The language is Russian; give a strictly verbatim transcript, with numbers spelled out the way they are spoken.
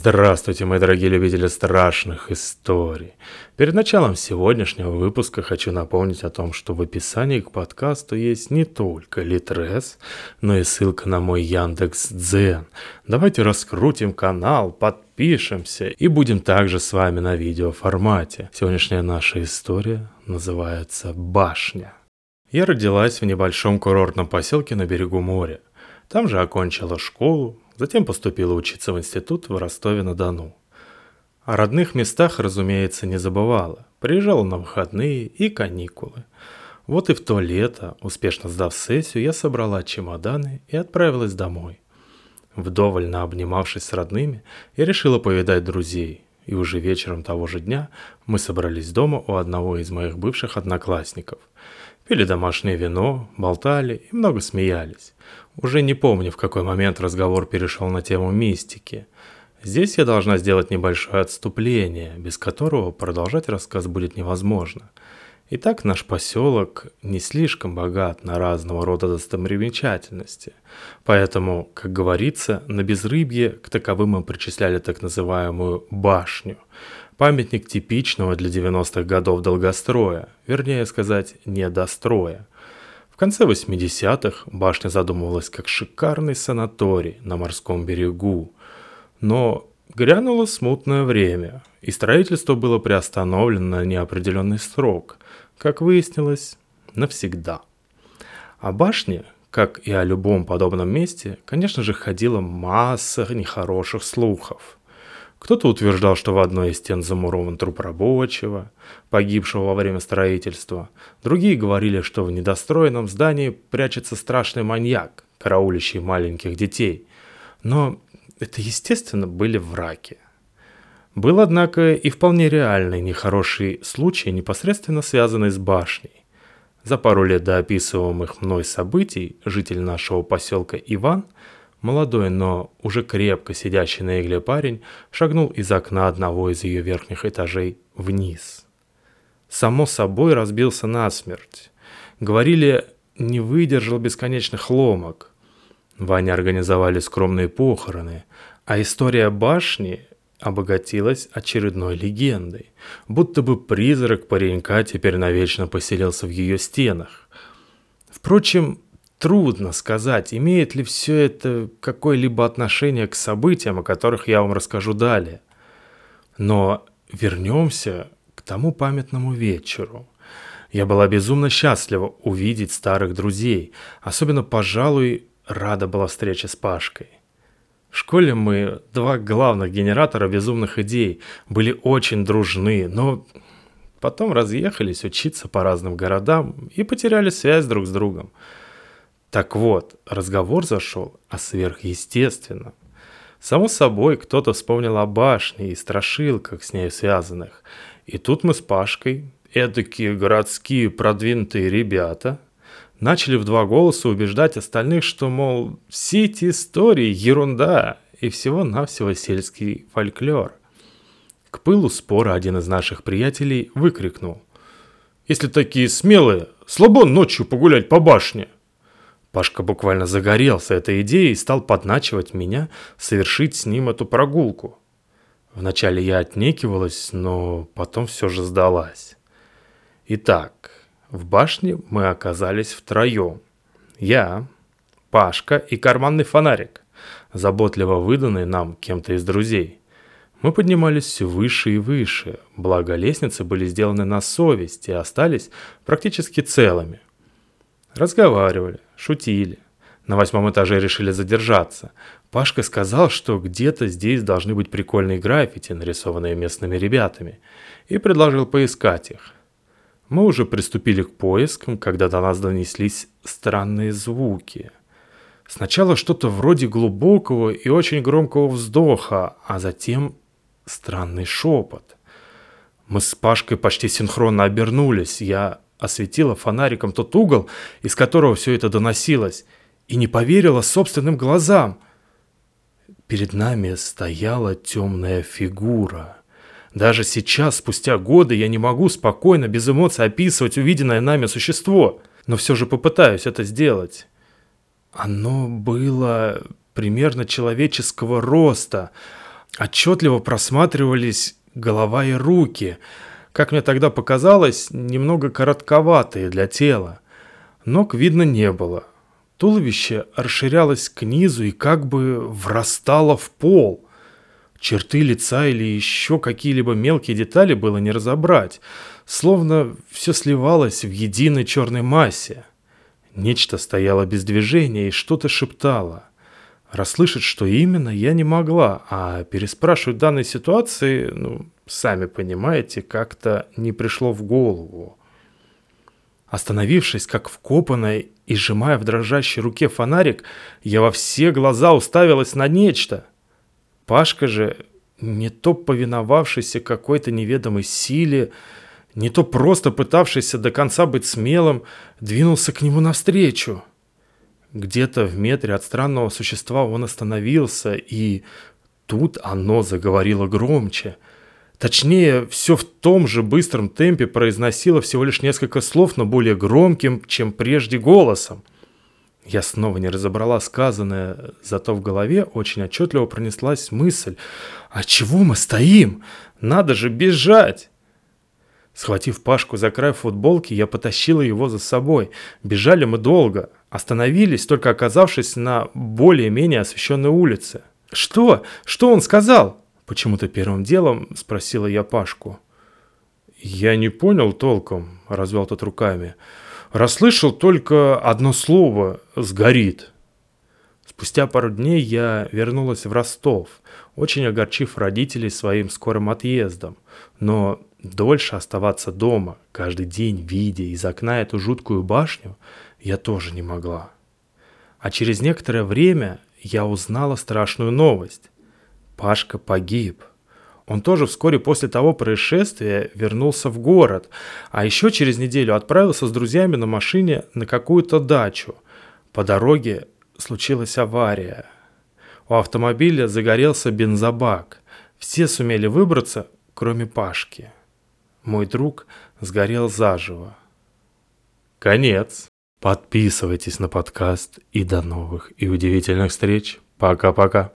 Здравствуйте, мои дорогие любители страшных историй. Перед началом сегодняшнего выпуска хочу напомнить о том, что в описании к подкасту есть не только Литрес, но и ссылка на мой Яндекс.Дзен. Давайте раскрутим канал, подпишемся и будем также с вами на видеоформате. Сегодняшняя наша история называется «Башня». Я родилась в небольшом курортном поселке на берегу моря. Там же окончила школу. Затем поступила учиться в институт в Ростове-на-Дону. О родных местах, разумеется, не забывала. Приезжала на выходные и каникулы. Вот и в то лето, успешно сдав сессию, я собрала чемоданы и отправилась домой. Вдоволь наобнимавшись с родными, я решила повидать друзей. И уже вечером того же дня мы собрались дома у одного из моих бывших одноклассников. Пили домашнее вино, болтали и много смеялись. Уже не помню, в какой момент разговор перешел на тему мистики. Здесь я должна сделать небольшое отступление, без которого продолжать рассказ будет невозможно. Итак, наш поселок не слишком богат на разного рода достопримечательности. Поэтому, как говорится, на безрыбье к таковым мы причисляли так называемую «башню». Памятник типичного для девяностых годов долгостроя, вернее сказать, недостроя. В конце восьмидесятых башня задумывалась как шикарный санаторий на морском берегу. Но грянуло смутное время, и строительство было приостановлено на неопределенный срок, как выяснилось, навсегда. О башне, как и о любом подобном месте, конечно же, ходила масса нехороших слухов. Кто-то утверждал, что в одной из стен замурован труп рабочего, погибшего во время строительства. Другие говорили, что в недостроенном здании прячется страшный маньяк, караулищий маленьких детей. Но это, естественно, были враки. Был, однако, и вполне реальный нехороший случай, непосредственно связанный с башней. За пару лет до описываемых мной событий житель нашего поселка Иван, молодой, но уже крепко сидящий на игле парень, шагнул из окна одного из ее верхних этажей вниз. Само собой разбился насмерть. Говорили, не выдержал бесконечных ломок. Ване организовали скромные похороны, а история башни обогатилась очередной легендой, будто бы призрак паренька теперь навечно поселился в ее стенах. Впрочем, трудно сказать, имеет ли все это какое-либо отношение к событиям, о которых я вам расскажу далее. Но вернемся к тому памятному вечеру. Я была безумно счастлива увидеть старых друзей. Особенно, пожалуй, рада была встрече с Пашкой. В школе мы, два главных генератора безумных идей, были очень дружны, но потом разъехались учиться по разным городам и потеряли связь друг с другом. Так вот, разговор зашел о сверхъестественном. Само собой, кто-то вспомнил о башне и страшилках с ней связанных. И тут мы с Пашкой, эдакие городские продвинутые ребята, начали в два голоса убеждать остальных, что, мол, все эти истории – ерунда и всего-навсего сельский фольклор. К пылу спора один из наших приятелей выкрикнул: «Если такие смелые, слабо ночью погулять по башне!» Пашка буквально загорелся этой идеей и стал подначивать меня совершить с ним эту прогулку. Вначале я отнекивалась, но потом все же сдалась. Итак, в башне мы оказались втроем. Я, Пашка и карманный фонарик, заботливо выданный нам кем-то из друзей. Мы поднимались все выше и выше, благо лестницы были сделаны на совесть и остались практически целыми. Разговаривали, шутили. На восьмом этаже решили задержаться. Пашка сказал, что где-то здесь должны быть прикольные граффити, нарисованные местными ребятами, и предложил поискать их. Мы уже приступили к поискам, когда до нас донеслись странные звуки. Сначала что-то вроде глубокого и очень громкого вздоха, а затем странный шепот. Мы с Пашкой почти синхронно обернулись. Я осветила фонариком тот угол, из которого все это доносилось, и не поверила собственным глазам. Перед нами стояла темная фигура. Даже сейчас, спустя годы, я не могу спокойно, без эмоций описывать увиденное нами существо, но все же попытаюсь это сделать. Оно было примерно человеческого роста, Отчетливо просматривались голова и руки, как мне тогда показалось, немного коротковатые для тела. Ног видно не было. Туловище расширялось к низу и как бы врастало в пол. Черты лица или еще какие-либо мелкие детали было не разобрать, словно все сливалось в единой черной массе. Нечто стояло без движения и что-то шептало. Расслышать, что именно, я не могла, а переспрашивать в данной ситуации, ну, сами понимаете, как-то не пришло в голову. Остановившись, как вкопанная, и сжимая в дрожащей руке фонарик, я во все глаза уставилась на нечто. Пашка же, не то повиновавшийся какой-то неведомой силе, не то просто пытавшийся до конца быть смелым, двинулся к нему навстречу. Где-то в метре от странного существа он остановился, и тут оно заговорило громче. Точнее, все в том же быстром темпе произносило всего лишь несколько слов, но более громким, чем прежде голосом. Я снова не разобрала сказанное, зато в голове очень отчетливо пронеслась мысль: «А чего мы стоим? Надо же бежать!» Схватив Пашку за край футболки, я потащила его за собой. Бежали мы долго, остановились, только оказавшись на более-менее освещенной улице. «Что? Что он сказал?» Почему-то первым делом спросила я Пашку. «Я не понял толком», — развел тот руками. «Расслышал только одно слово — «сгорит». Спустя пару дней я вернулась в Ростов, очень огорчив родителей своим скорым отъездом. Но дольше оставаться дома, каждый день видя из окна эту жуткую башню, я тоже не могла. А через некоторое время я узнала страшную новость. Пашка погиб. Он тоже вскоре после того происшествия вернулся в город, а еще через неделю отправился с друзьями на машине на какую-то дачу. По дороге случилась авария. У автомобиля загорелся бензобак. Все сумели выбраться, кроме Пашки. Мой друг сгорел заживо. Конец. Подписывайтесь на подкаст и до новых и удивительных встреч. Пока-пока.